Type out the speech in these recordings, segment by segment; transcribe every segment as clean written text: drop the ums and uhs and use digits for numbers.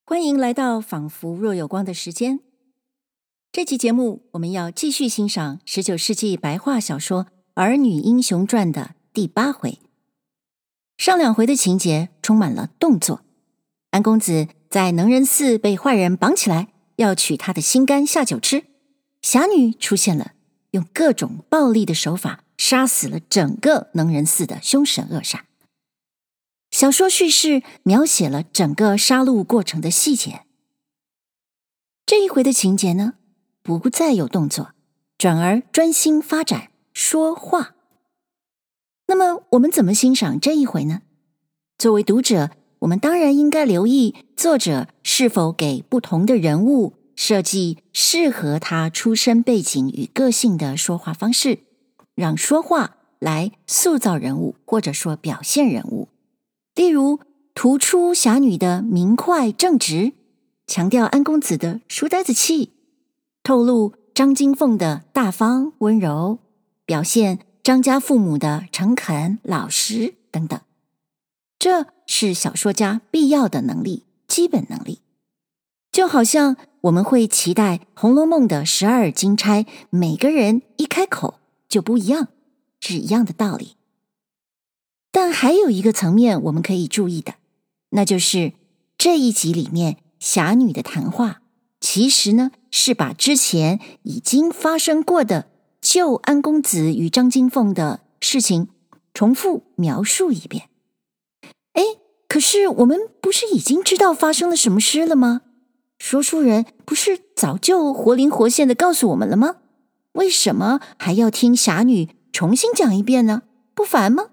欢迎来到仿佛若有光的时间。这期节目我们要继续欣赏19世纪白话小说《儿女英雄传》的第8回。上2回的情节充满了动作，安公子在能人寺被坏人绑起来，要取他的心肝下酒吃。侠女出现了，用各种暴力的手法杀死了整个能人寺的凶神恶煞。小说叙事描写了整个杀戮过程的细节。这一回的情节呢，不再有动作，转而专心发展说话。那么我们怎么欣赏这一回呢？作为读者，我们当然应该留意作者是否给不同的人物设计适合他出身背景与个性的说话方式，让说话来塑造人物，或者说表现人物。例如突出侠女的明快正直，强调安公子的书呆子气，透露张金凤的大方温柔，表现张家父母的诚恳老实等等。这是小说家必要的能力，基本能力。就好像我们会期待《红楼梦》的12金钗每个人一开口就不一样，是一样的道理。但还有一个层面我们可以注意的，那就是这一集里面侠女的谈话，其实呢是把之前已经发生过的救安公子与张金凤的事情重复描述一遍。可是我们不是已经知道发生了什么事了吗？说书人不是早就活灵活现的告诉我们了吗？为什么还要听侠女重新讲一遍呢？不烦吗？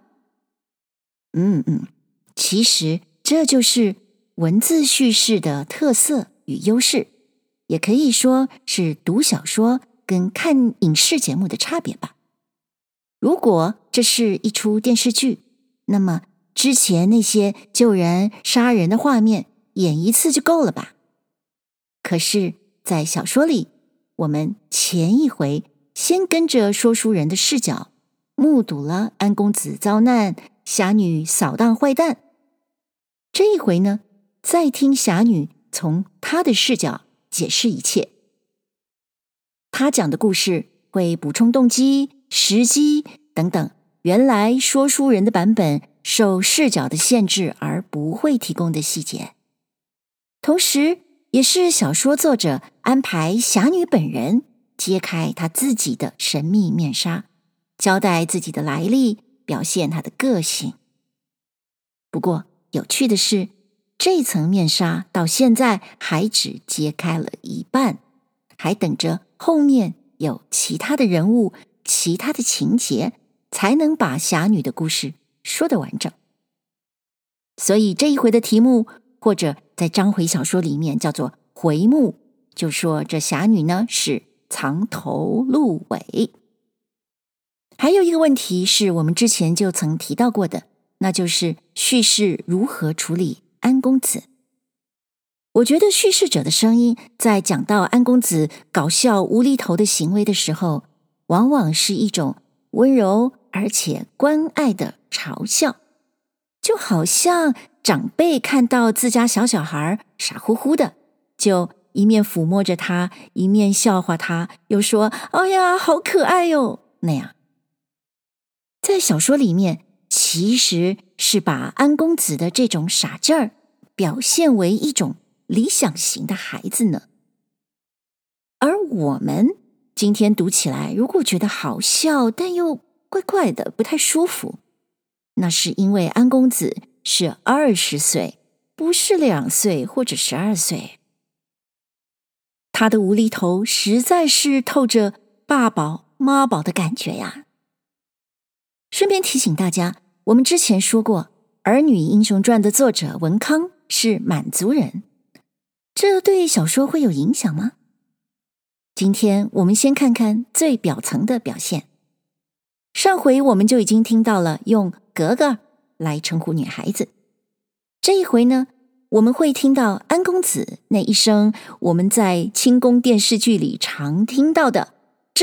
其实这就是文字叙事的特色与优势，也可以说是读小说跟看影视节目的差别吧。如果这是一出电视剧，那么之前那些救人杀人的画面演一次就够了吧。可是在小说里，我们前一回先跟着说书人的视角，目睹了安公子遭难，侠女扫荡坏蛋。这一回呢，再听侠女从她的视角解释一切。她讲的故事会补充动机、时机等等，原来说书人的版本受视角的限制而不会提供的细节。同时也是小说作者安排侠女本人揭开她自己的神秘面纱，交代自己的来历，表现她的个性。不过有趣的是，这层面纱到现在还只揭开了一半，还等着后面有其他的人物、其他的情节，才能把侠女的故事说得完整。所以这一回的题目，或者在章回小说里面叫做回目，就说这侠女呢是藏头露尾。还有一个问题是我们之前就曾提到过的，那就是叙事如何处理安公子。我觉得叙事者的声音在讲到安公子搞笑无厘头的行为的时候，往往是一种温柔而且关爱的嘲笑，就好像长辈看到自家小孩傻乎乎的，就一面抚摸着他，一面笑话他，又说哎呀好可爱哟，那样。在小说里面其实是把安公子的这种傻劲儿表现为一种理想型的孩子呢。而我们今天读起来，如果觉得好笑，但又怪怪的，不太舒服，那是因为安公子是20岁，不是2岁或者12岁。他的无厘头实在是透着爸宝妈宝的感觉呀。顺便提醒大家，我们之前说过，《儿女英雄传》的作者文康是满族人，这对小说会有影响吗？今天我们先看看最表层的表现。上回我们就已经听到了用格格来称呼女孩子，这一回呢，我们会听到安公子那一声我们在清宫电视剧里常听到的这，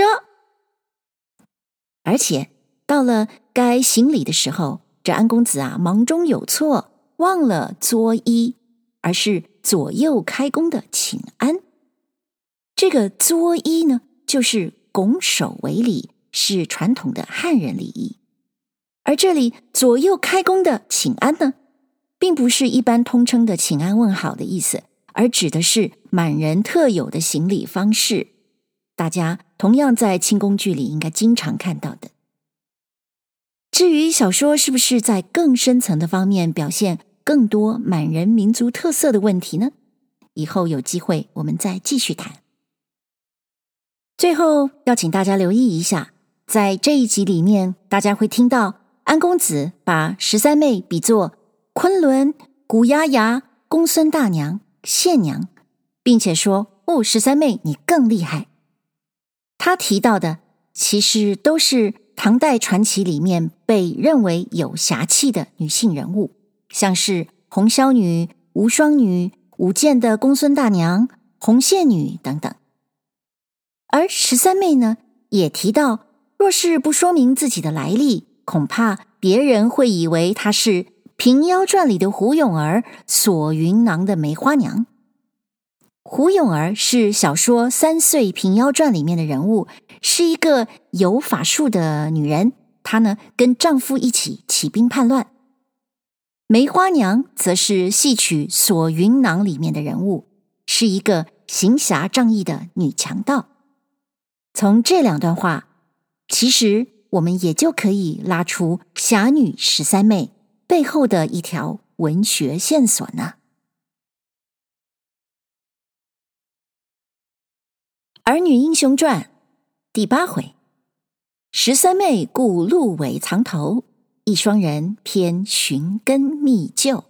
而且到了该行礼的时候，这安公子啊忙中有错，忘了作揖， 而是左右开弓的请安。这个作揖呢，就是拱手为礼，是传统的汉人礼仪。而这里左右开弓的请安呢，并不是一般通称的请安问好的意思，而指的是满人特有的行礼方式，大家同样在清宫剧里应该经常看到的。至于小说是不是在更深层的方面表现更多满人民族特色的问题呢？以后有机会我们再继续谈。最后要请大家留意一下，在这一集里面，大家会听到安公子把13妹比作昆仑、古丫丫、公孙大娘、县娘，并且说13妹你更厉害。他提到的其实都是唐代传奇里面被认为有侠气的女性人物，像是红绡女、无双女、舞剑的公孙大娘、红线女等等。而13妹呢，也提到若是不说明自己的来历，恐怕别人会以为她是《平妖传》里的胡永儿锁云囊的梅花娘。胡永儿是小说《3岁平妖传》里面的人物，是一个有法术的女人，她呢跟丈夫一起起兵叛乱。梅花娘则是戏曲《锁云囊》里面的人物，是一个行侠仗义的女强盗。从这两段话，其实我们也就可以拉出侠女13妹背后的一条文学线索呢。儿女英雄传第8回，13妹故鹿尾藏头，一双人偏寻根觅旧。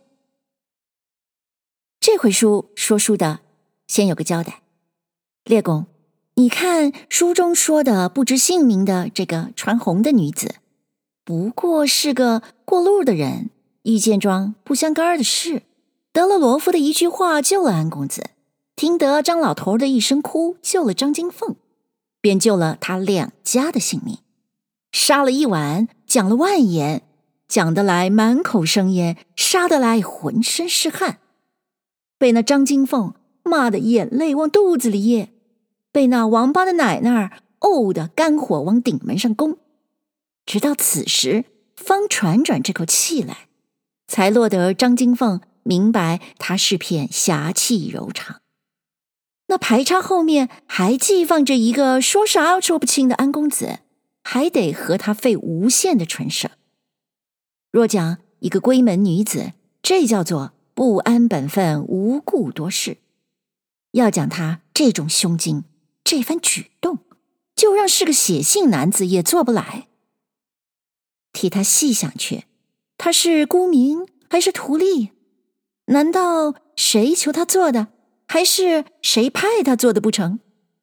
这回书说书的先有个交代，列公，你看书中说的不知姓名的这个穿红的女子，不过是个过路的人，遇见桩不相干的事，得了罗夫的一句话救了安公子，听得张老头的一声哭救了张金凤，便救了他2家的性命，杀了1晚，讲了万言，讲得来满口生烟，杀得来浑身是汗，被那张金凤骂得眼泪往肚子里咽，被那王八的奶奶怄得肝火往顶门上攻，直到此时方喘转这口气来，才落得张金凤明白他是片侠气柔肠。那排插后面还寄放着一个说啥说不清的安公子，还得和他费无限的唇舌。若讲一个闺门女子，这叫做不安本分，无故多事。要讲他这种胸襟，这番举动，就让是个写信男子也做不来。替他细想去，他是孤名还是图利？难道谁求他做的，还是谁派他做的不成？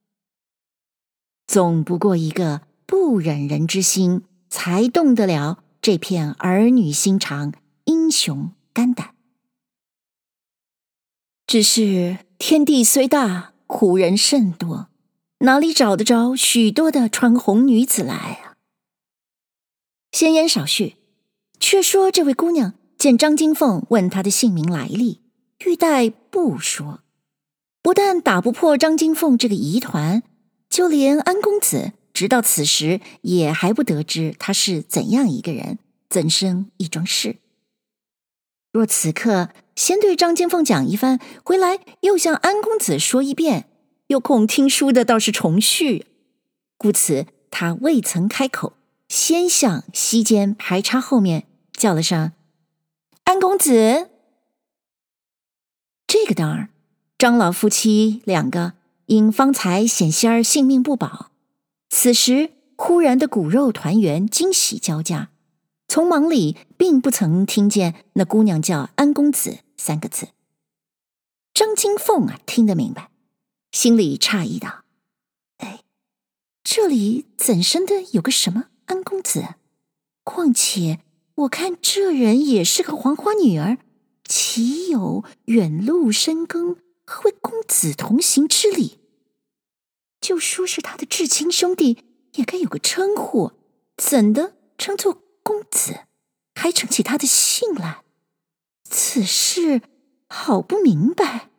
总不过一个不忍人之心，才动得了这片儿女心肠，英雄肝胆。只是天地虽大，苦人甚多，哪里找得着许多的穿红女子来啊？闲言少叙，却说这位姑娘见张金凤问她的姓名来历，欲待不说，不但打不破张金凤这个疑团，就连安公子直到此时也还不得知他是怎样一个人，怎生一桩事。若此刻先对张金凤讲一番，回来又向安公子说一遍，又恐听书的倒是重续，故此他未曾开口，先向西间排插后面叫了声安公子。这个当儿，张老夫妻2个因方才险些儿性命不保，此时忽然的骨肉团圆，惊喜交加，从忙里并不曾听见那姑娘叫安公子3个字。张金凤听得明白，心里诧异道：哎，这里怎生的有个什么安公子？况且我看这人也是个黄花女儿，岂有远路深耕和为公子同行之理？就说是他的至亲兄弟，也该有个称呼，怎的称作公子，还称起他的姓来？此事好不明白。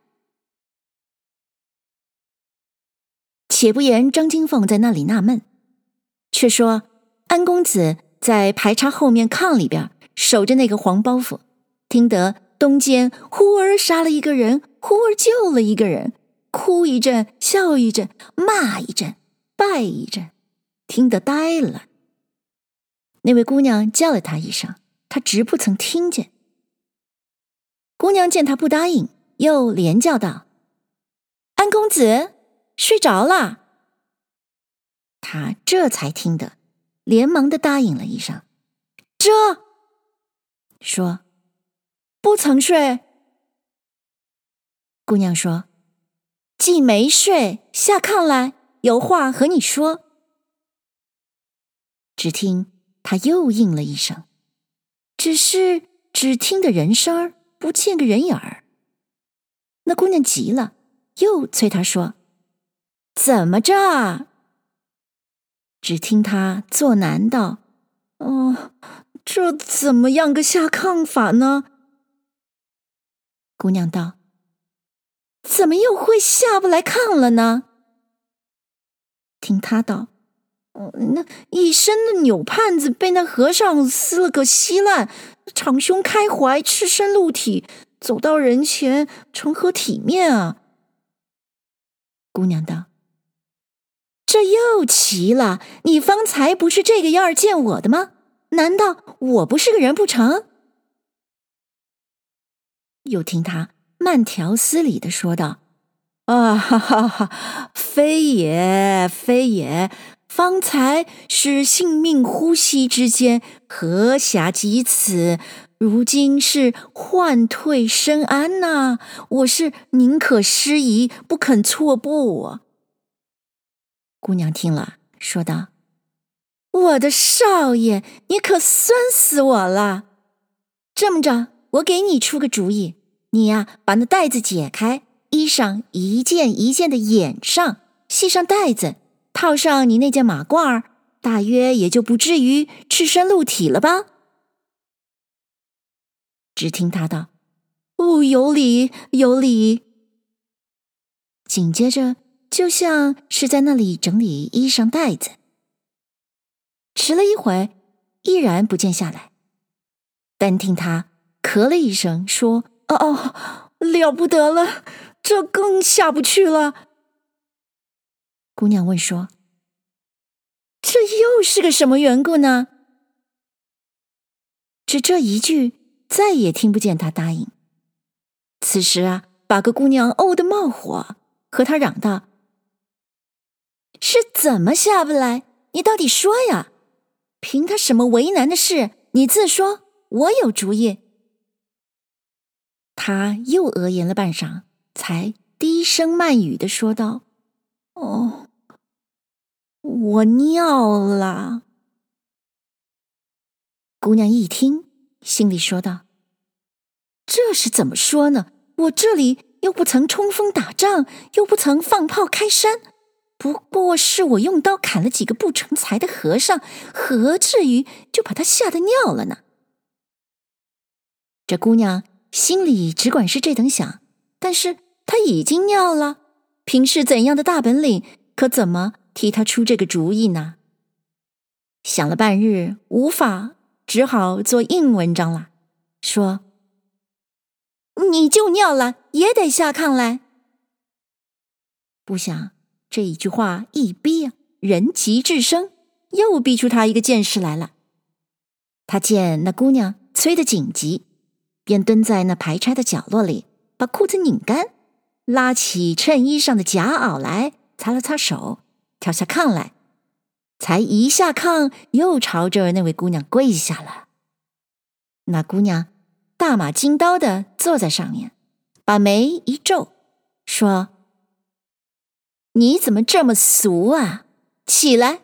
且不言张金凤在那里纳闷，却说安公子在排插后面炕里边守着那个黄包袱，听得东间忽而杀了一个人，忽而救了一个人，哭一阵，笑一阵，骂一阵，拜一阵，听得呆了。那位姑娘叫了他一声，他直不曾听见。姑娘见他不答应，又连叫道：安公子睡着了。他这才听得，连忙的答应了一声，这说不曾睡。姑娘说，既没睡，下炕来，有话和你说。只听他又应了一声，只是只听得人声儿，不见个人影儿。那姑娘急了，又催他说，怎么着？只听他作难道，这怎么样个下炕法呢？姑娘道，怎么又会下不来炕了呢？听他道，那一身的纽帕子被那和尚撕了个稀烂，敞胸开怀，赤身露体，走到人前，成何体面啊？姑娘道，这又奇了，你方才不是这个样儿见我的吗？难道我不是个人不成？又听他慢条斯理地说道，哈哈哈，非也，非也，方才是性命呼吸之间，何暇及此？如今是唤退身安呐，我是宁可失仪，不肯错步啊。姑娘听了，说道，我的少爷，你可酸死我了。这么着，我给你出个主意，你呀，把那带子解开，衣裳一件一件的掩上，系上带子，套上你那件马褂儿，大约也就不至于赤身露体了吧。只听他道，有理，有理。紧接着就像是在那里整理衣裳带子，迟了一会，依然不见下来。单听他咳了一声，说，了不得了，这更下不去了。姑娘问说，这又是个什么缘故呢？只这一句，再也听不见他答应。此时啊，把个姑娘怄得冒火，和他嚷道，是怎么下不来？你到底说呀！凭他什么为难的事，你自说，我有主意。他又额言了半晌，才低声慢语地说道，我尿了。姑娘一听，心里说道，这是怎么说呢？我这里又不曾冲锋打仗，又不曾放炮开山，不过是我用刀砍了几个不成才的和尚，何至于就把他吓得尿了呢？这姑娘心里只管是这等想，但是她已经尿了，凭是怎样的大本领，可怎么替她出这个主意呢？想了半日无法，只好做硬文章了，说，你就尿了也得下炕来。不想这一句话一逼啊，人急智生，又逼出他一个见识来了。他见那姑娘催得紧急，便蹲在那排差的角落里，把裤子拧干，拉起衬衣上的夹袄来，擦了擦手，跳下炕来，才一下炕，又朝着那位姑娘跪下了。那姑娘大马金刀的坐在上面，把眉一皱，说，你怎么这么俗啊？起来！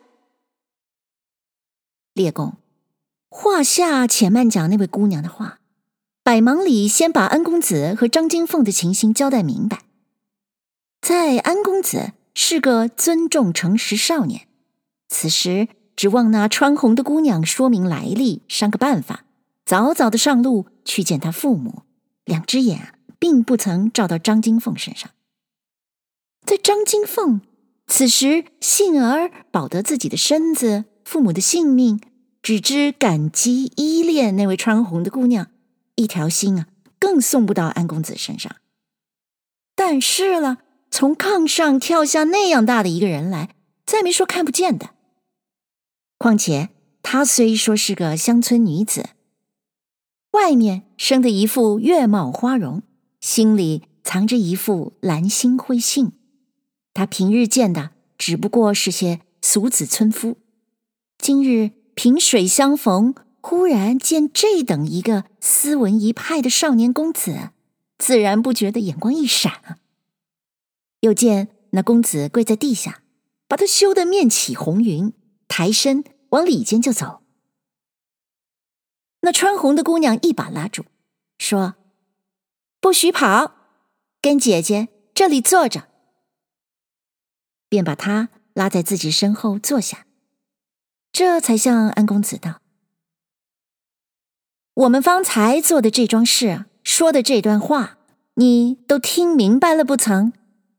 列公，话下且慢讲那位姑娘的话，百忙里先把安公子和张金凤的情形交代明白。在安公子是个尊重诚实少年，此时只望那穿红的姑娘说明来历，商个办法，早早的上路去见他父母，两只眼并不曾照到张金凤身上。在张金凤此时幸而保得自己的身子、父母的性命，只知感激依恋那位穿红的姑娘，一条心更送不到安公子身上。但是了，从炕上跳下那样大的一个人来，再没说看不见的。况且她虽说是个乡村女子，外面生得一副月貌花容，心里藏着一副兰心灰性。她平日见的只不过是些俗子村夫，今日萍水相逢，忽然见这等一个斯文一派的少年公子，自然不觉得眼光一闪又见那公子跪在地下，把他羞得面起红云，抬身往里间就走。那穿红的姑娘一把拉住，说：“不许跑，跟姐姐这里坐着。”便把他拉在自己身后坐下，这才向安公子道：“我们方才做的这桩事，说的这段话，你都听明白了不曾？”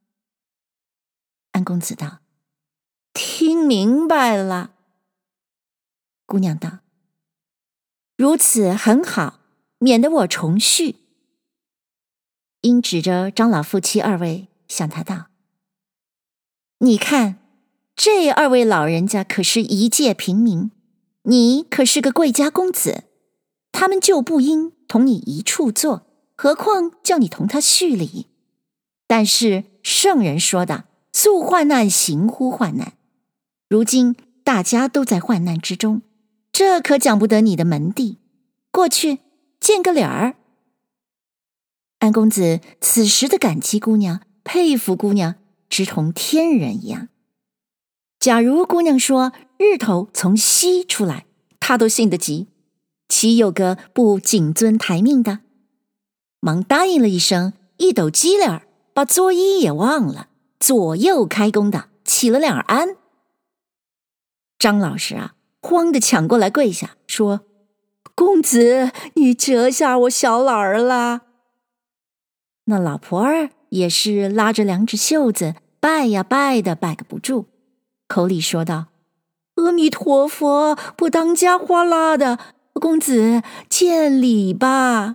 安公子道：“听明白了。”姑娘道：“如此很好，免得我重叙。”因指着张老夫妻二位，向他道：“你看，这二位老人家可是一介平民，你可是个贵家公子，他们就不应同你一处坐，何况叫你同他叙礼？但是圣人说的，素患难行乎患难，如今大家都在患难之中，这可讲不得你的门第，过去见个脸儿。”安公子此时的感激姑娘，佩服姑娘，直同天人一样。假如姑娘说日头从西出来，他都信得及，岂有个不谨遵台命的？忙答应了一声，一抖机灵，把作揖也忘了，左右开弓的起了两安。张老师慌得抢过来跪下，说：“公子，你折下我小老儿啦！”那老婆儿也是拉着两只袖子，拜呀拜的，拜个不住，口里说道：“阿弥陀佛，不当家花拉的，公子见礼吧。”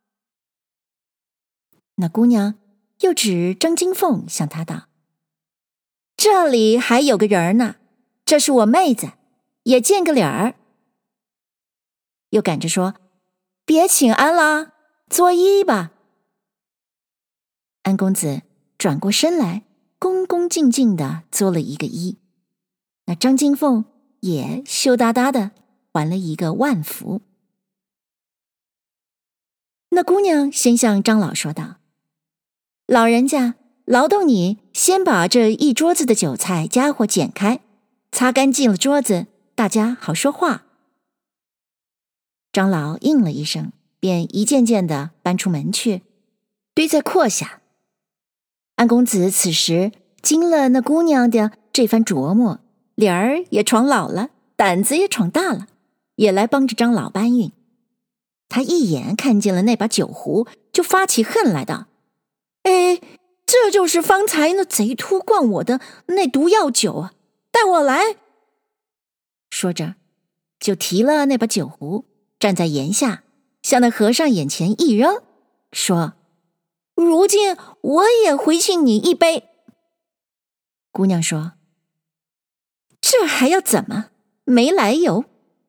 那姑娘又指张金凤向他道：“这里还有个人呢，这是我妹子，也见个脸儿。”又赶着说：“别请安啦，作揖吧。”安公子转过身来，恭恭敬敬地作了一个揖。那张金凤也羞答答地还了一个万福。那姑娘先向张老说道：“老人家，劳动你先把这一桌子的酒菜家伙捡开，擦干净了桌子，大家好说话。”张老应了一声，便一件件地搬出门去，堆在阔下。安公子此时经了那姑娘的这番琢磨，脸儿也闯老了，胆子也闯大了，也来帮着张老搬运。他一眼看见了那把酒壶，就发起恨来道：“哎，这就是方才那贼秃灌我的那毒药酒带我来。”说着就提了那把酒壶，站在檐下，向那和尚眼前一扔，说：“如今我也回敬你一杯。”姑娘说：“这还要怎么？没来由。”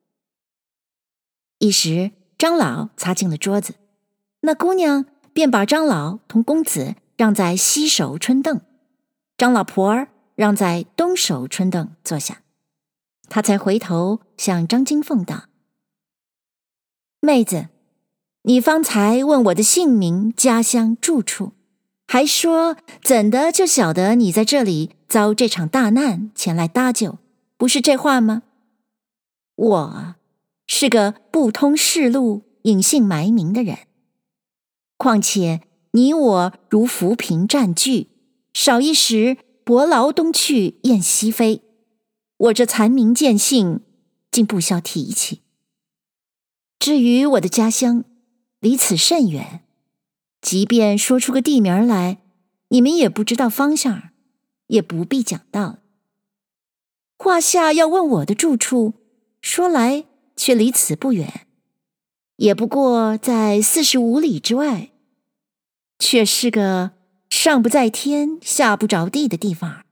一时张老擦净了桌子，那姑娘便把张老同公子让在西首春凳，张老婆儿让在东首春凳坐下。他才回头向张金凤道：“妹子，你方才问我的姓名、家乡、住处，还说怎的就晓得你在这里遭这场大难前来搭救，不是这话吗？我是个不通世路、隐姓埋名的人。况且你我如浮萍占据，少一时伯劳东去雁西飞，我这残民贱姓竟不消提起。至于我的家乡，离此甚远， 即便说出个地名来，你们也不知道方向，也不必讲道了。话下要问我的住处，说来却离此不远，也不过在45里之外，却是个上不在天下不着地的地方。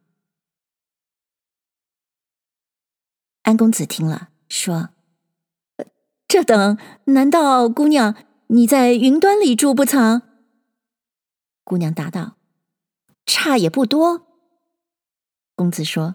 安公子听了说，这等难道姑娘你在云端里住不曾？姑娘答道，差也不多。公子说，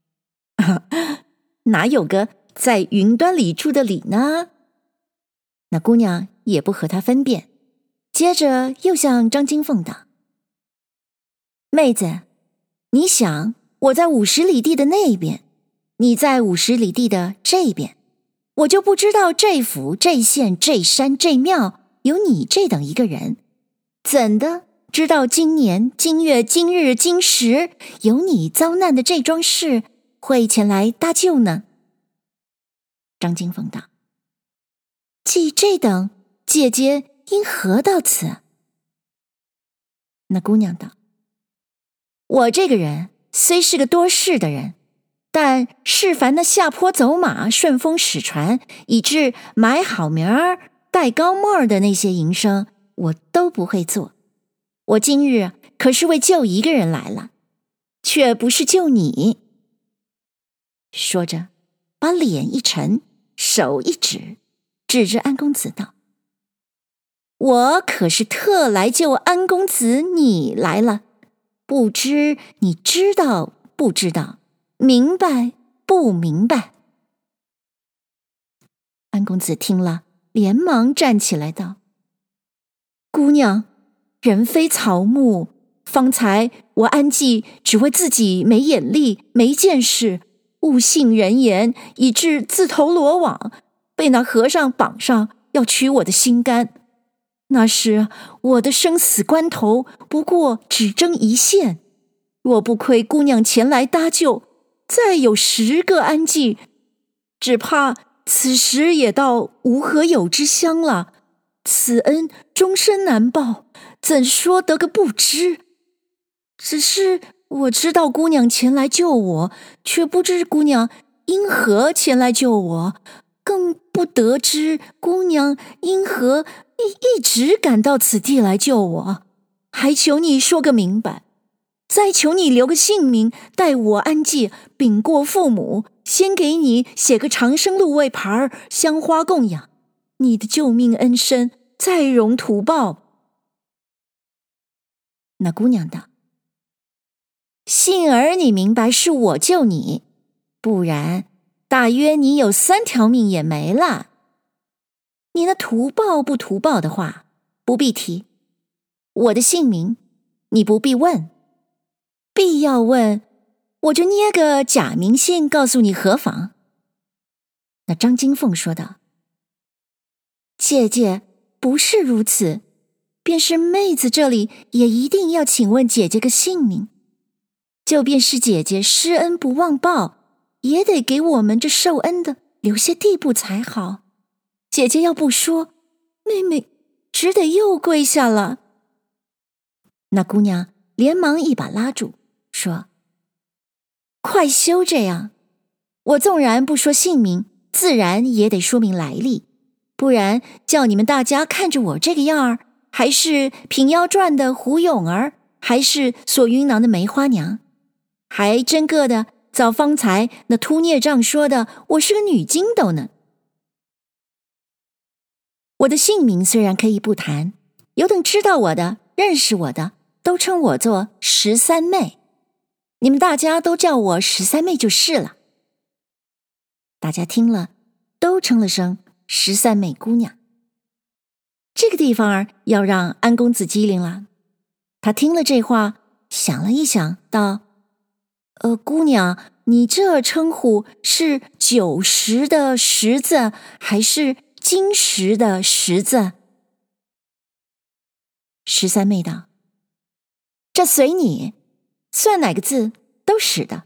哪有个在云端里住的理呢？那姑娘也不和他分辨，接着又向张金凤道，妹子，你想我在50里地的那边，你在50里地的这边，我就不知道这府这县这山这庙有你这等一个人，怎的知道今年今月今日今时有你遭难的这桩事会前来搭救呢？张金凤道，既这等，姐姐因何到此？那姑娘道，我这个人虽是个多事的人，但是凡那下坡走马、顺风使船，以致买好名儿、戴高帽儿的那些营生，我都不会做。我今日可是为救一个人来了，却不是救你。说着，把脸一沉，手一指，指着安公子道，我可是特来救安公子你来了，不知你知道不知道，明白不明白？安公子听了，连忙站起来道，姑娘，人非草木，方才我安计只为自己没眼力没见识，误信人言，以致自投罗网，被那和尚绑上要取我的心肝。那时我的生死关头不过只争一线，若不亏姑娘前来搭救，再有10个安计，只怕此时也到无何有之乡了。此恩终身难报，怎说得个不知？只是我知道姑娘前来救我，却不知姑娘因何前来救我，更不得知姑娘因何一直赶到此地来救我，还求你说个明白，再求你留个姓名，待我安计禀过父母，先给你写个长生禄位牌，香花供养，你的救命恩深，再容图报。那姑娘道，幸而你明白是我救你，不然大约你有3条命也没了。你那图报不图报的话不必提，我的姓名你不必问，必要问我就捏个假名信告诉你何妨？那张金凤说道，姐姐不是如此，便是妹子这里也一定要请问姐姐个姓名，就便是姐姐施恩不忘报，也得给我们这受恩的留些地步才好。姐姐要不说，妹妹只得又跪下了。那姑娘连忙一把拉住，说，快休这样，我纵然不说姓名，自然也得说明来历，不然叫你们大家看着我这个样儿，还是平妖传的胡永儿，还是锁云囊的梅花娘，还真个的早方才那秃孽障说的我是个女金斗呢。我的姓名虽然可以不谈，有等知道我的认识我的都称我做13妹，你们大家都叫我13妹就是了。大家听了都称了声13妹姑娘。这个地方儿要让安公子机灵了，他听了这话想了一想道，姑娘，你这称呼是90的10字还是金石的10字？13妹道，这随你，算哪个字都使的。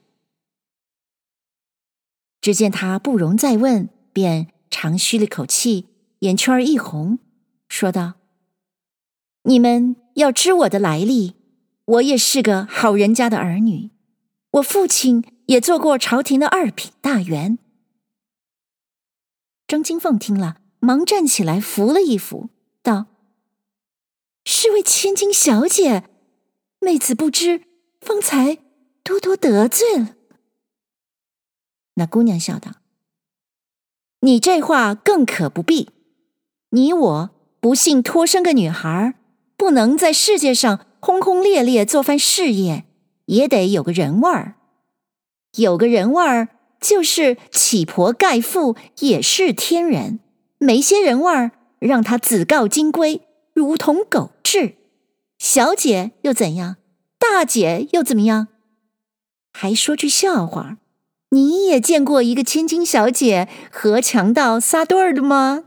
只见他不容再问，便长吁了口气，眼圈一红，说道， 你们要知我的来历，我也是个好人家的儿女，我父亲也做过朝廷的二品大员。”张金凤听了，忙站起来扶了一扶，道：“是位千金小姐，妹子不知，方才多多得罪了。”那姑娘笑道：“你这话更可不必。你我不幸托生个女孩，不能在世界上轰轰烈烈做番事业，也得有个人味儿。有个人味儿，就是乞婆盖富也是天人，没些人味儿，让他自告金龟，如同狗彘。小姐又怎样？大姐又怎么样？还说句笑话，你也见过一个千金小姐和强盗撒对儿的吗？”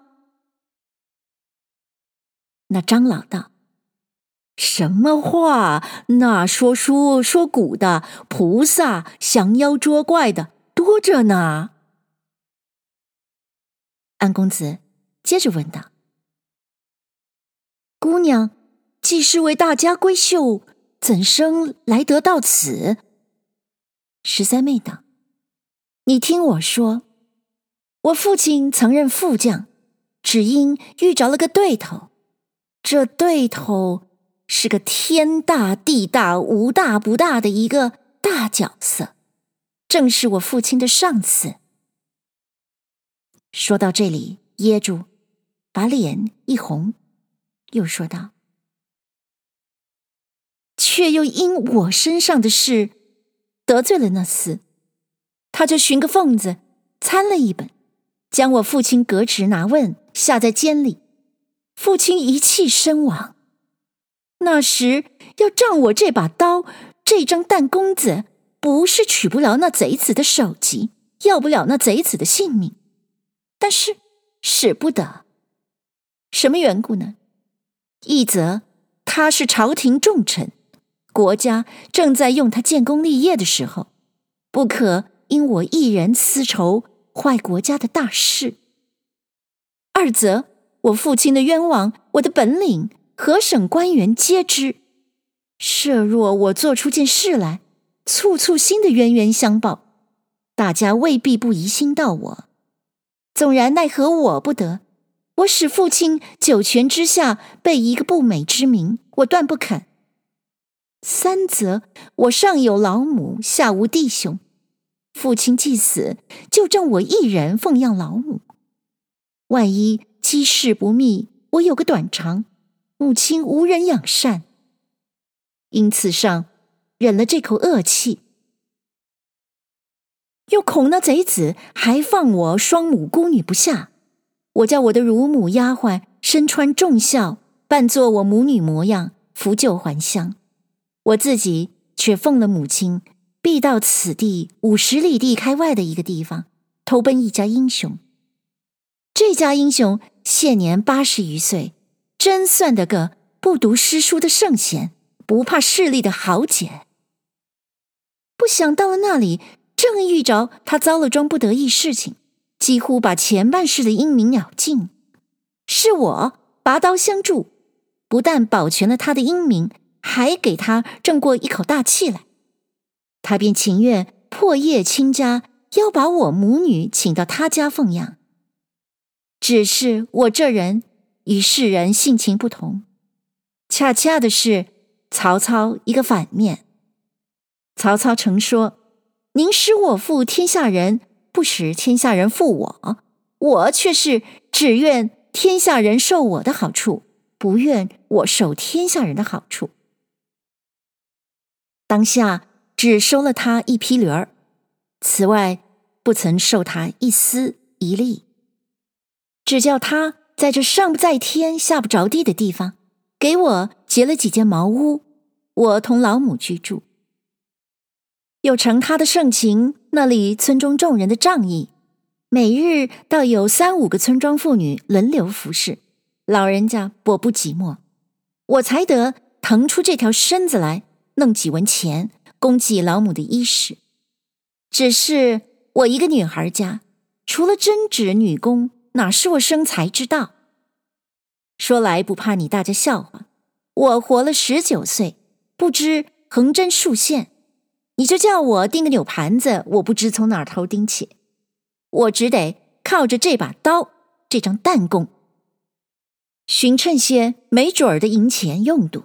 那张老道：“什么话？那说书说古的，菩萨降妖捉怪的多着呢。”安公子接着问道：“姑娘既是为大家闺秀，怎生来得到此？”十三妹道：“你听我说，我父亲曾任副将，只因遇着了个对头，这对头是个天大地大无大不大的一个大角色，正是我父亲的上司。”说到这里噎住，把脸一红，又说道：“却又因我身上的事得罪了那厮，他就寻个缝子参了一本，将我父亲革职拿问，下在监里，父亲一气身亡。那时要仗我这把刀，这张弹弓子，不是取不了那贼子的首级，要不了那贼子的性命，但是使不得。什么缘故呢？一则他是朝廷重臣，国家正在用他建功立业的时候，不可因我一人私仇，坏国家的大事。二则我父亲的冤枉，我的本领，何省官员皆知。设若我做出件事来，簇簇新的冤冤相报，大家未必不疑心到我。纵然奈何我不得，我使父亲九泉之下被一个不美之名，我断不肯。三则我上有老母，下无弟兄，父亲既死，就剩我一人奉养老母。万一机事不密，我有个短长，母亲无人养善，因此上忍了这口恶气。又恐那贼子还放我双母孤女不下，我叫我的乳母丫鬟身穿重孝，扮作我母女模样，扶柩还乡。我自己却奉了母亲，必到此地50里地开外的一个地方，投奔一家英雄。这家英雄现年80余岁，真算得个不读诗书的圣贤，不怕势力的豪杰。不想到了那里，正遇着他遭了桩不得意事情，几乎把前半世的英名鸟尽。是我拔刀相助，不但保全了他的英名，还给他挣过一口大气来。他便情愿破业倾家，要把我母女请到他家奉养。只是我这人与世人性情不同，恰恰的是曹操一个反面。曹操曾说：“宁使我负天下人，不使天下人负我。”我却是只愿天下人受我的好处，不愿我受天下人的好处。当下只收了他一匹驴儿，此外不曾受他一丝一粒，只叫他在这上不在天下不着地的地方，给我结了几间茅屋，我同老母居住。又承他的盛情，那里村中众人的仗义，每日倒有3、5个村庄妇女轮流服侍，老人家迫不寂寞，我才得腾出这条身子来，弄几文钱供给老母的衣食。只是我一个女孩家，除了针指女工，哪是我生财之道？说来不怕你大家笑话， 我活了19岁，不知横针竖线，你就叫我钉个扭盘子，我不知从哪儿头钉起，我只得靠着这把刀，这张弹弓，寻趁些没准儿的银钱用度。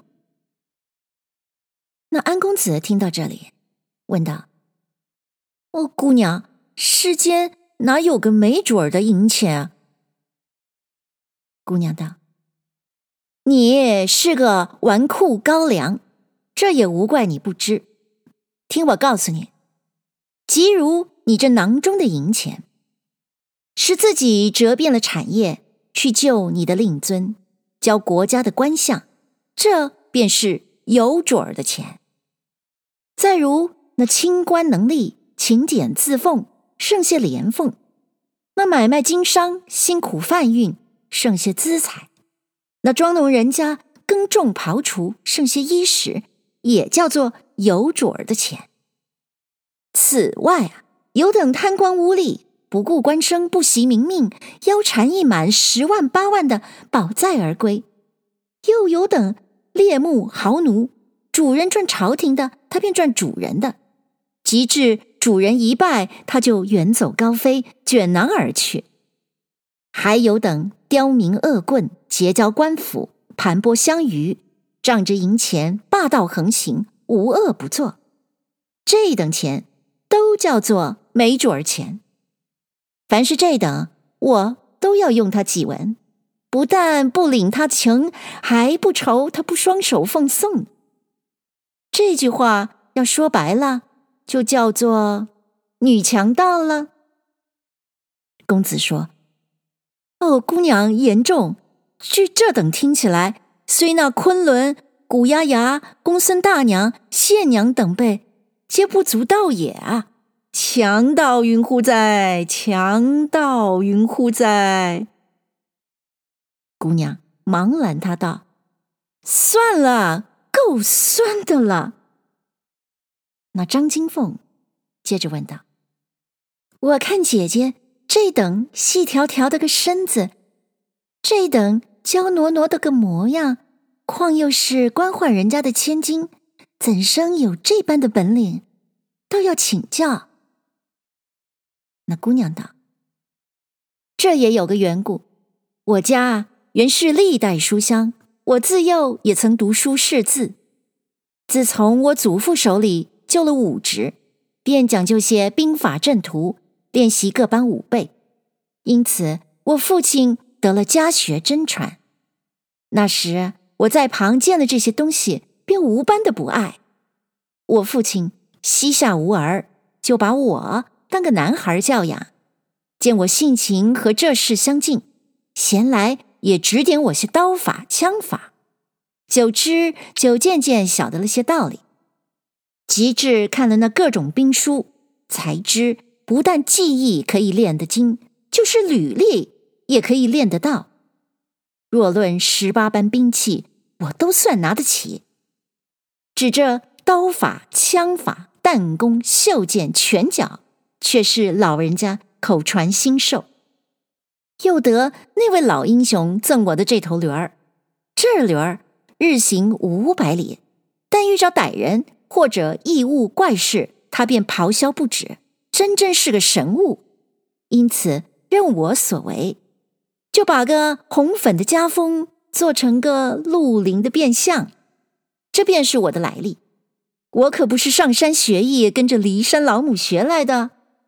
那安公子听到这里，问道：姑娘，世间哪有个没准儿的银钱啊？姑娘道：你是个纨绔高粱，这也无怪你不知。听我告诉你，即如你这囊中的银钱，是自己折变了产业，去救你的令尊，交国家的官项，这便是有准儿的钱。再如那清官能力，勤俭自奉，剩下廉俸，那买卖经商，辛苦贩运，剩下资财，那庄农人家耕种刨除，剩下衣食，也叫做有准儿的钱。此外啊，有等贪官污吏，不顾官声，不惜民命，腰缠一满10万8万的保载而归；又有等猎目豪奴，主人赚朝廷的，他便赚主人的，及至主人一败，他就远走高飞，卷囊而去。还有等刁民恶棍，结交官府，盘剥相舆，仗着银钱，霸道横行，无恶不作。这等钱都叫做没准儿钱。凡是这等，我都要用他几文，不但不领他情，还不愁他不双手奉送。这句话要说白了，就叫做女强盗了。公子说：姑娘言重，据这等听起来，虽那昆仑、古丫丫、公孙大娘、谢娘等辈，皆不足道也啊！强盗云乎哉，强盗云乎哉！姑娘忙拦他道：算了，够酸的了。那张金凤接着问道：我看姐姐这等细条条的个身子，这等娇挪挪的个模样，况又是官宦人家的千金，怎生有这般的本领？倒要请教。那姑娘道：这也有个缘故，我家原是历代书香，我自幼也曾读书识字，自从我祖父手里就了武职，便讲究些兵法阵图，练习各班武备，因此我父亲得了家学真传。那时我在旁见了这些东西，便无般的不爱。我父亲膝下无儿，就把我当个男孩教养，见我性情和这事相近，闲来也指点我些刀法枪法，久之就渐渐晓得了些道理。及至看了那各种兵书，才知不但技艺可以练得精，就是履历也可以练得到。若论18般兵器，我都算拿得起。指这刀法枪法弹弓袖剑拳脚，却是老人家口传心授。又得那位老英雄赠我的这头驴儿，这驴儿日行500里，但遇着歹人或者异物怪事，他便咆哮不止，真是个神物。因此任我所为，就把个红粉的家风做成个绿林的变相，这便是我的来历。我可不是上山学艺，跟着骊山老母学来的。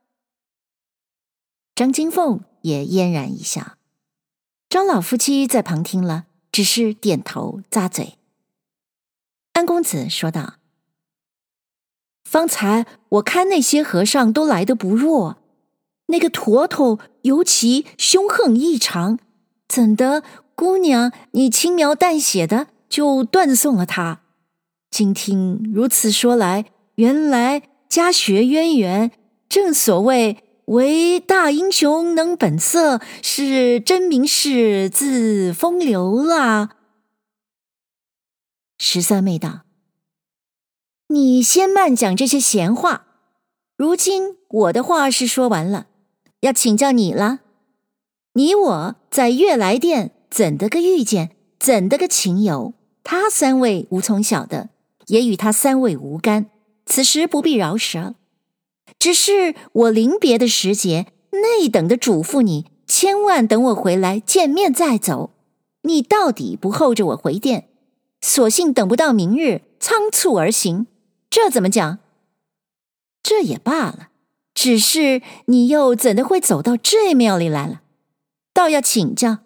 张金凤也嫣然一笑，张老夫妻在旁听了，只是点头咂嘴。安公子说道：方才我看那些和尚都来得不弱，那个坨坨尤其凶横异常，怎的姑娘你轻描淡写的就断送了他？今听如此说来，原来家学渊源，正所谓唯大英雄能本色，是真名士自风流啦。13妹道：你先慢讲这些闲话，如今我的话是说完了，要请教你了。你我在悦来殿怎的个遇见，怎的个情由， 他三位无从晓得，也与他三位无干，此时不必饶舌。只是我临别的时节，内等的嘱咐你，千万等我回来见面再走。你到底不候着我回电，索性等不到明日，仓促而行，这怎么讲？这也罢了，只是你又怎的会走到这庙里来了？倒要请教。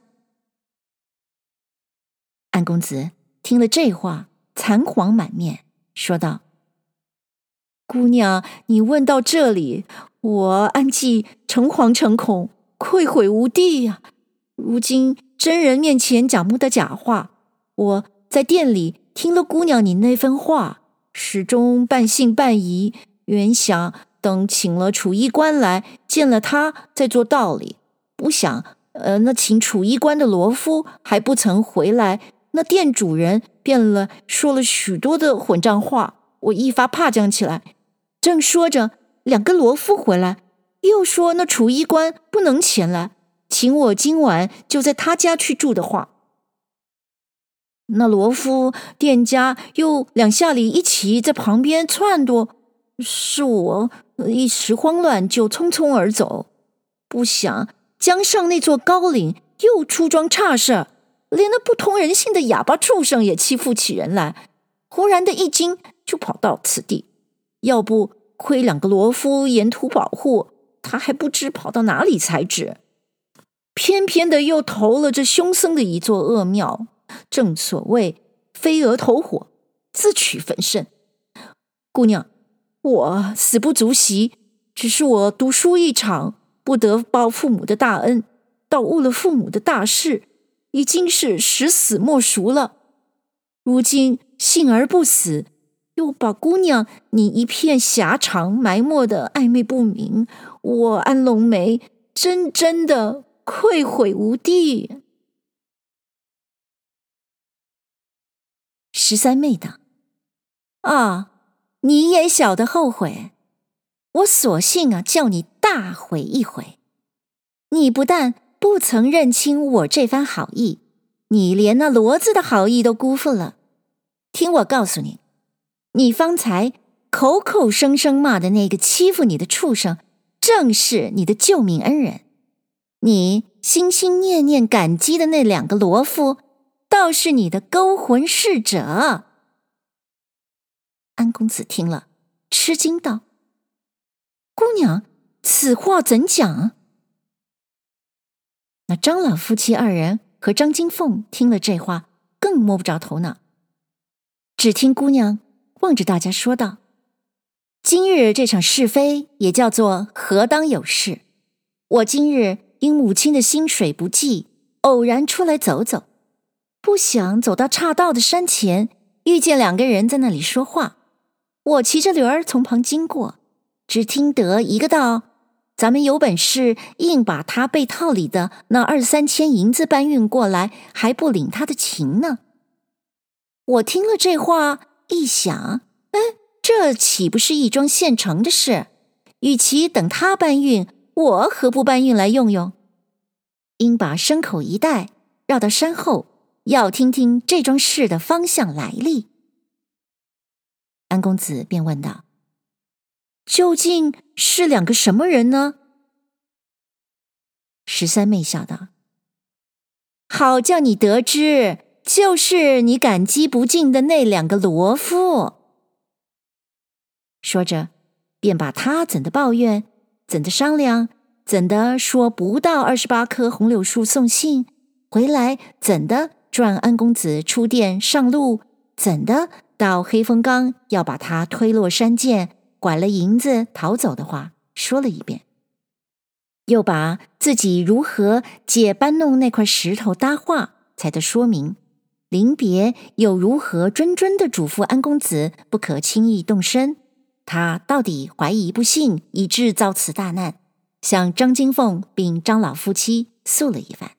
安公子听了这话，惭黄满面，说道：姑娘，你问到这里，我安计诚惶诚恐，愧悔无地呀。如今真人面前讲不得假话，我在店里听了姑娘你那番话，始终半信半疑，原想等请了储衣官来，见了他再做道理，不想那请储衣官的罗夫还不曾回来，那店主人变了，说了许多的混账话，我一发怕将起来。正说着，两个罗夫回来，又说那储衣官不能前来，请我今晚就在他家去住的话。那罗夫店家又两下里一起在旁边撺掇，是我一时慌乱，就匆匆而走。不想江上那座高岭又出桩差事，连那不通人性的哑巴畜生也欺负起人来，忽然的一惊，就跑到此地。要不亏两个罗夫沿途保护，他还不知跑到哪里才止。偏偏的又投了这凶僧的一座恶庙，正所谓飞蛾投火，自取焚身。姑娘，我死不足惜，只是我读书一场，不得报父母的大恩，倒误了父母的大事，已经是十死莫赎了。如今幸而不死，又把姑娘你一片狭长埋没的暧昧不明，我安龙梅真的愧悔无地。13妹道：啊，你也晓得后悔，我索性叫你大悔一悔。你不但不曾认清我这番好意，你连那骡子的好意都辜负了。听我告诉你，你方才口口声声骂的那个欺负你的畜生，正是你的救命恩人。你心心念念感激的那两个罗夫，倒是你的勾魂使者。安公子听了，吃惊道：姑娘，此话怎讲？那张老夫妻二人和张金凤听了这话，更摸不着头脑。只听姑娘望着大家说道：今日这场是非也叫做何当有事。我今日因母亲的薪水不济，偶然出来走走，不想走到岔道的山前，遇见两个人在那里说话。我骑着驴儿从旁经过，只听得一个道：咱们有本事硬把他被套里的那2-3千银子搬运过来，还不领他的情呢。我听了这话一想，这岂不是一桩现成的事？与其等他搬运，我何不搬运来用用？应把牲口一带，绕到山后，要听听这桩事的方向来历。安公子便问道：究竟是两个什么人呢？13妹笑道：好叫你得知，就是你感激不尽的那两个罗夫。说着，便把他怎的抱怨，怎的商量，怎的说不到28棵红柳树送信，回来怎的赚安公子出店上路，怎的到黑风岗要把他推落山涧，拐了银子逃走的话说了一遍，又把自己如何借搬弄那块石头搭话才得说明，临别又如何谆谆地嘱咐安公子不可轻易动身，他到底怀疑不信，以致遭此大难，向张金凤并张老夫妻诉了一番。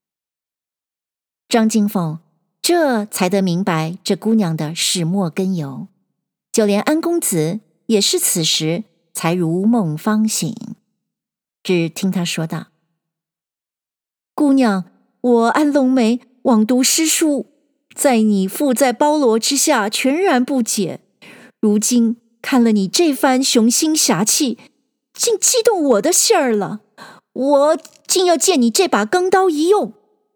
张金凤这才得明白这姑娘的始末根由，就连安公子也是此时才如梦方醒。只听他说道：姑娘，我安龙梅枉读诗书， 在你附在包罗之下，全然不解。如今看了你这番雄心侠气，竟激动我的心儿了。我竟要借你这把钢刀一用。”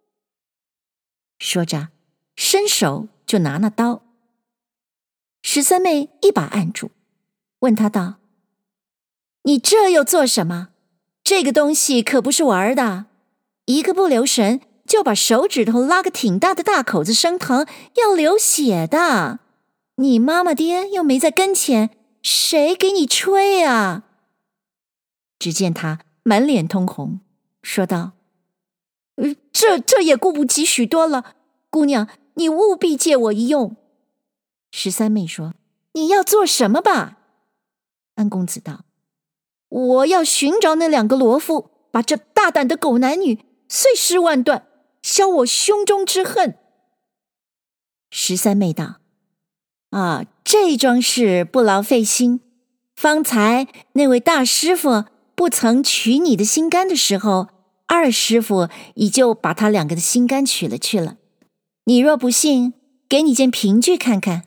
说着，伸手就拿那刀。13妹一把按住，问他道：“你这又做什么？这个东西可不是玩的，一个不留神就把手指头拉个挺大的大口子，生疼，要流血的。你妈妈爹又没在跟前，谁给你吹啊？”只见他满脸通红，说道：“ 这也顾不及许多了，姑娘，你务必借我一用。 ”13妹说：“你要做什么吧？”安公子道：“ 我要寻找那2个罗夫，把这大胆的狗男女碎尸万段，消我胸中之恨。 ”13妹道：“这桩事不劳费心。方才那位大师傅不曾取你的心肝的时候，二师傅已就把他2个的心肝取了去了。你若不信，给你件凭据看看。”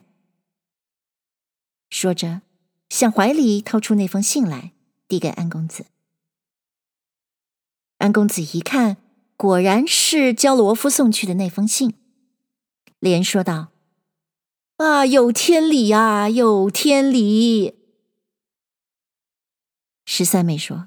说着，向怀里掏出那封信来，递给安公子。安公子一看，果然是焦罗夫送去的那封信，连说道：“ 有天理啊，有天理。 ”13妹说：“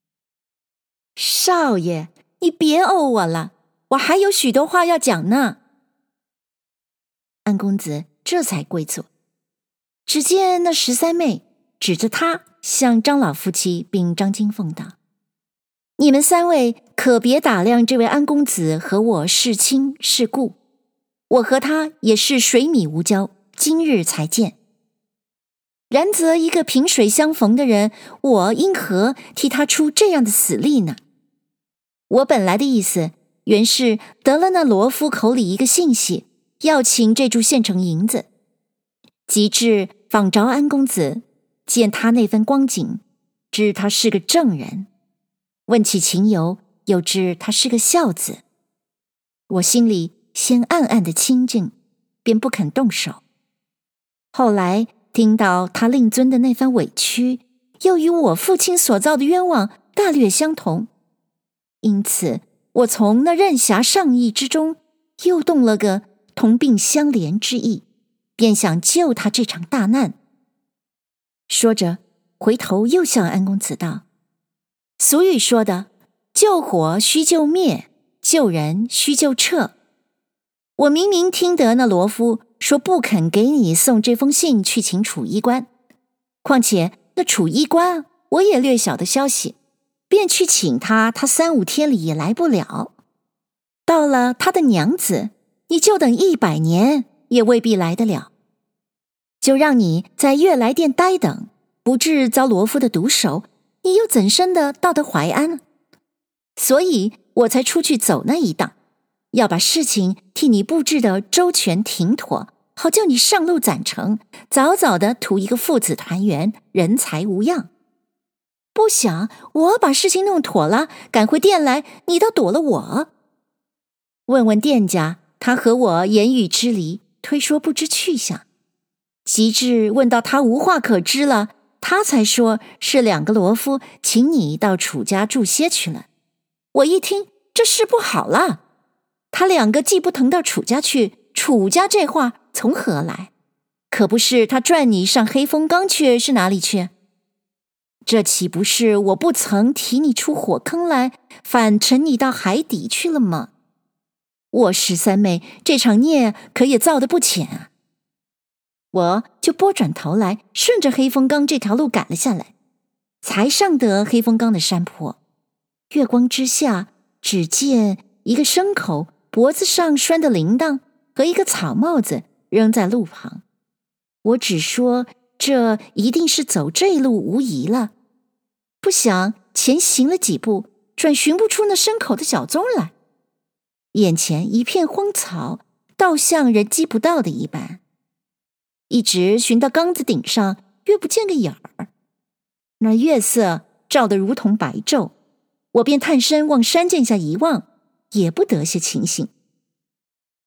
少爷，你别怄我了，我还有许多话要讲呢。”安公子这才跪坐。只见那13妹指着他，向张老夫妻并张金凤道：“你们3位可别打量这位安公子和我是亲是故，我和他也是水米无交，今日才见。然则一个萍水相逢的人，我因何替他出这样的死力呢？我本来的意思，原是得了那罗夫口里一个信息，要请这株现成银子。及至访着安公子，见他那份光景，知他是个正人，问起情由，又知他是个孝子。我心里先暗暗的清静，便不肯动手。后来听到他令尊的那番委屈，又与我父亲所造的冤枉大略相同，因此我从那任侠上义之中，又动了个同病相怜之意，便想救他这场大难。说着，回头又向安公子道：“俗语说的，救火须救灭，救人须救撤。我明明听得那罗夫说不肯给你送这封信去请楚衣官，况且那楚衣官我也略晓得消息，便去请他3、5天里也来不了。到了他的娘子，你就等100年也未必来得了。就让你在悦来殿待等，不致遭罗夫的毒手，你又怎生的到得淮安？所以我才出去走那一档，要把事情替你布置的周全停妥，好叫你上路攒成，早早的图一个父子团圆，人财无恙。不想我把事情弄妥了，赶回店来，你倒躲了我。问问店家，他和我言语之离，推说不知去向。及至问到他无话可知了，他才说是2个罗夫请你到楚家住歇去了。我一听，这事不好了。他2个既不腾到楚家去，楚家这话从何来？可不是他转你上黑风岗去是哪里去？这岂不是我不曾提你出火坑来，反沉你到海底去了吗？我13妹这场孽可也造得不浅啊！我就拨转头来，顺着黑风岗这条路赶了下来，才上得黑风岗的山坡。月光之下，只见一个牲口脖子上拴的铃铛和一个草帽子扔在路旁。我只说这一定是走这路无疑了，不想前行了几步，转寻不出那牲口的小踪来。眼前一片荒草，倒像人迹不到的一般。一直寻到缸子顶上，越不见个影儿。那月色照得如同白昼，我便探身往山涧下一望，也不得些情形。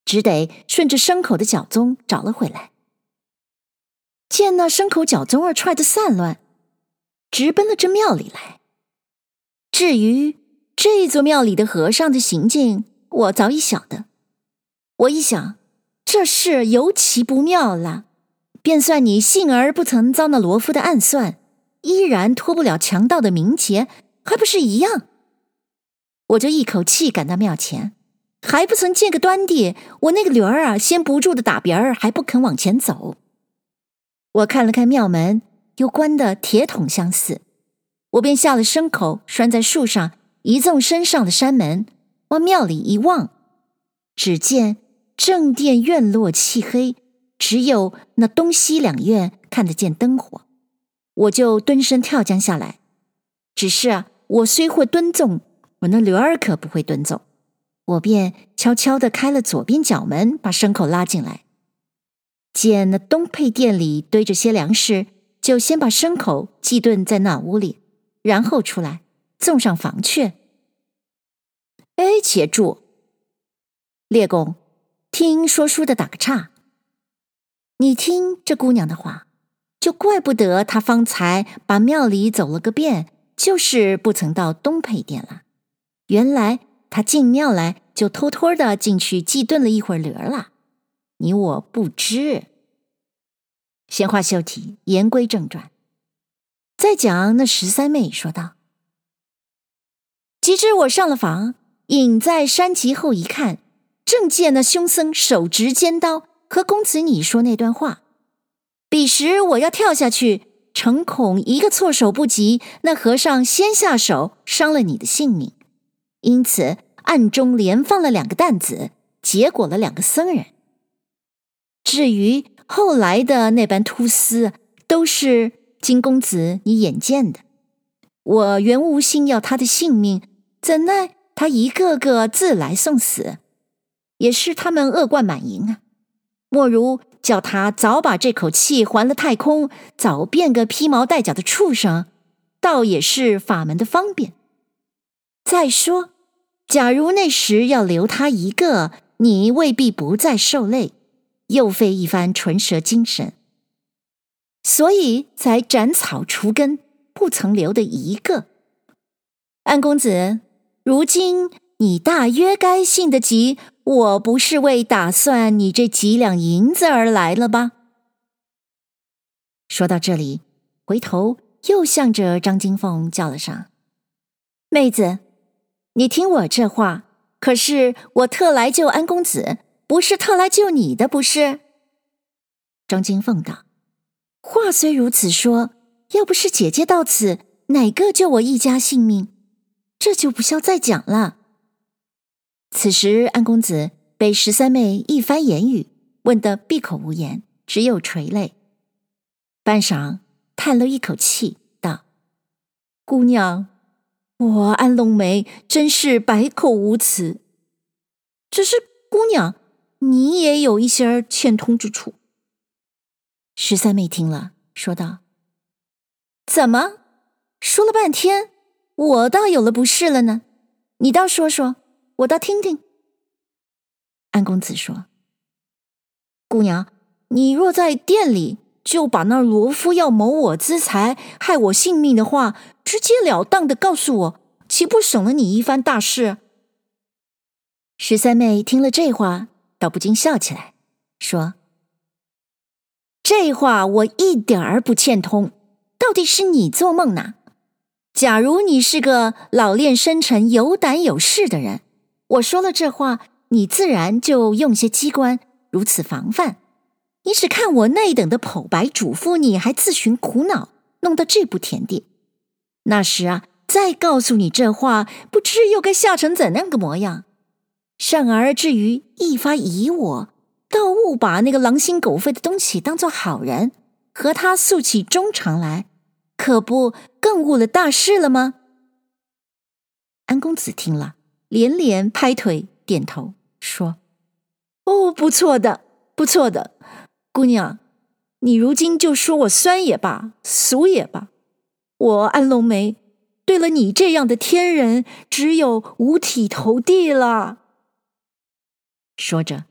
只得顺着牲口的脚踪找了回来。见那牲口脚踪儿踹得散乱，直奔了这庙里来。至于这座庙里的和尚的行径，我早已晓得。我一想，这事尤其不妙了，便算你幸而不曾遭那罗夫的暗算，依然脱不了强盗的名节，还不是一样？我就一口气赶到庙前，还不曾见个端地，我那个驴儿啊，先不住的打别儿，还不肯往前走。我看了看庙门，又关得铁桶相似，我便下了牲口，拴在树上，一纵身上的山门，往庙里一望，只见正殿院落漆黑，只有那东西两院看得见灯火。我就蹲身跳将下来，只是我虽会蹲纵，我那驴儿可不会蹲纵。我便悄悄地开了左边角门，把牲口拉进来。见那东配殿里堆着些粮食，就先把牲口寄炖在那屋里，然后出来纵上房去。且住！列公，听说书的打个岔。你听这姑娘的话，就怪不得她方才把庙里走了个遍，就是不曾到东配殿了。原来她进庙来就偷偷的进去祭炖了一会儿驴了，你我不知。闲话休提，言归正传。再讲那13妹说道：及至我上了房，隐在山脊后一看，正见那凶僧手执尖刀和公子你说那段话。彼时我要跳下去，诚恐一个措手不及，那和尚先下手伤了你的性命，因此暗中连放了2个担子，结果了2个僧人。至于后来的那般突厮，都是金公子你眼见的。我原无心要他的性命，怎奈他一个个自来送死，也是他们恶贯满盈啊。莫如叫他早把这口气还了太空，早变个披毛戴甲的畜生，倒也是法门的方便。再说，假如那时要留他一个，你未必不再受累，又费一番唇舌精神，所以才斩草除根，不曾留的一个。安公子，如今你大约该信得及，我不是为打算你这几两银子而来了吧？说到这里，回头又向着张金凤叫了声：妹子，你听我这话，可是我特来救安公子，不是特来救你的，不是？张金凤道：话虽如此说，要不是姐姐到此，哪个救我一家性命？这就不消再讲了。此时安公子被13妹一番言语问得闭口无言，只有垂泪。半晌叹了一口气，道：姑娘，我安龙梅真是百口无词，只是姑娘你也有一些欠通之处。13妹听了说道：怎么说了半天，我倒有了不是了呢？你倒说说，我倒听听。安公子说：姑娘，你若在店里就把那罗夫要谋我资财害我性命的话直截了当的告诉我，岂不省了你一番大事？13妹听了这话，倒不禁笑起来，说：这话我一点儿不欠通，到底是你做梦呢？假如你是个老练深沉、有胆有势的人，我说了这话，你自然就用些机关如此防范。你只看我那等的剖白嘱咐你，还自寻苦恼，弄到这步田地。那时啊，再告诉你这话，不知又该吓成怎样个模样。甚而至于一发疑我，倒误把那个狼心狗肺的东西当作好人，和他诉起衷肠来，可不更误了大事了吗？安公子听了，连连拍腿点头，说：哦，不错的，不错的。姑娘，你如今就说我酸也罢，俗也罢，我安龙梅对了你这样的天人，只有五体投地了。说着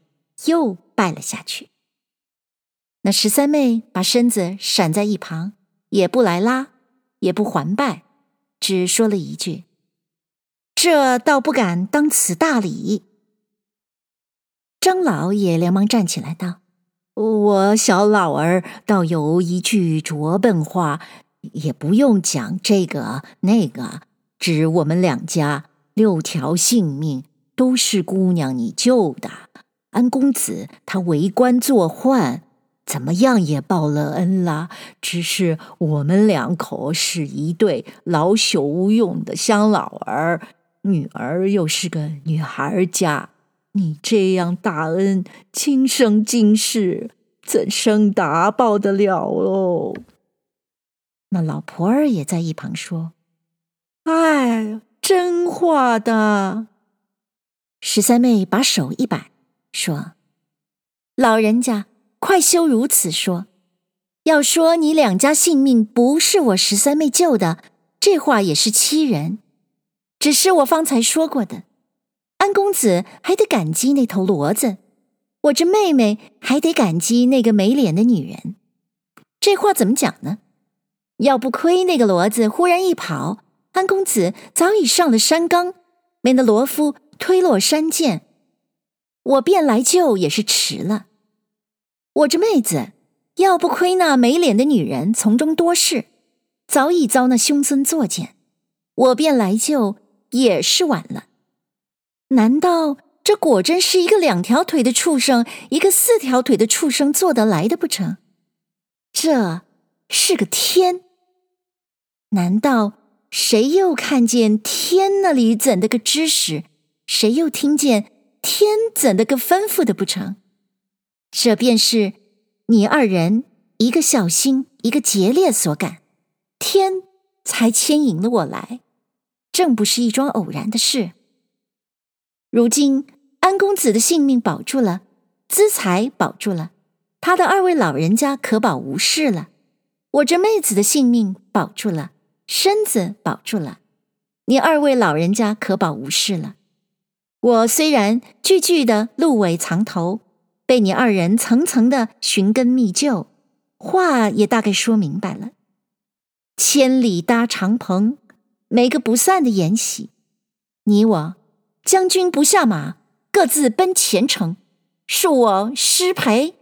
又拜了下去。那13妹把身子闪在一旁，也不来拉，也不还拜，只说了一句：这倒不敢当此大礼。张老也连忙站起来道：我小老儿倒有一句拙笨话，也不用讲这个那个，指我们两家6条性命都是姑娘你救的，安公子他为官做宦，怎么样也报了恩啦，只是我们2口是一对老朽无用的乡老儿，女儿又是个女孩家，你这样大恩，今生今世怎生答报得了哦？那老婆儿也在一旁说：哎，真话的。13妹把手一摆，说：老人家快休如此说，要说你2家性命不是我13妹救的，这话也是欺人。只是我方才说过的，安公子还得感激那头骡子，我这妹妹还得感激那个没脸的女人。这话怎么讲呢？要不亏那个骡子忽然一跑，安公子早已上了山冈，没那骡夫推落山涧，我便来救也是迟了。我这妹子要不亏那没脸的女人从中多事，早已遭那凶孙作践，我便来救也是晚了。难道这果真是一个2条腿的畜生，一个4条腿的畜生做得来的不成？这是个天，难道谁又看见天那里怎的个知识，谁又听见天怎的个吩咐的不成？这便是你2人一个小心，一个节烈所感，天才牵引了我来，正不是一桩偶然的事。如今安公子的性命保住了，资财保住了，他的2位老人家可保无事了，我这妹子的性命保住了，身子保住了，你2位老人家可保无事了。我虽然句句的鹿尾藏头，被你2人层层的寻根觅究，话也大概说明白了。千里搭长棚，没个不散的筵席，你我将军不下马，各自奔前程，恕我失陪。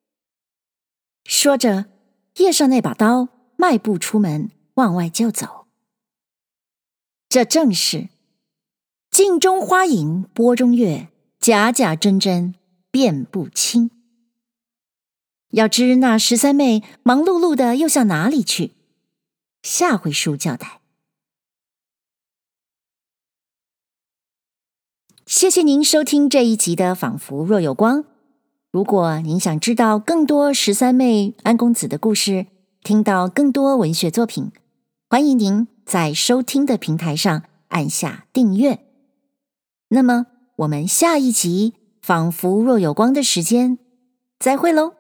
说着掖上那把刀，迈步出门往外就走。这正是镜中花影波中月，假假真真辨不清。要知那13妹忙碌碌的又向哪里去？下回书交代。谢谢您收听这一集的仿佛若有光。如果您想知道更多13妹安公子的故事，听到更多文学作品，欢迎您在收听的平台上按下订阅。那么我们下一集仿佛若有光的时间再会喽。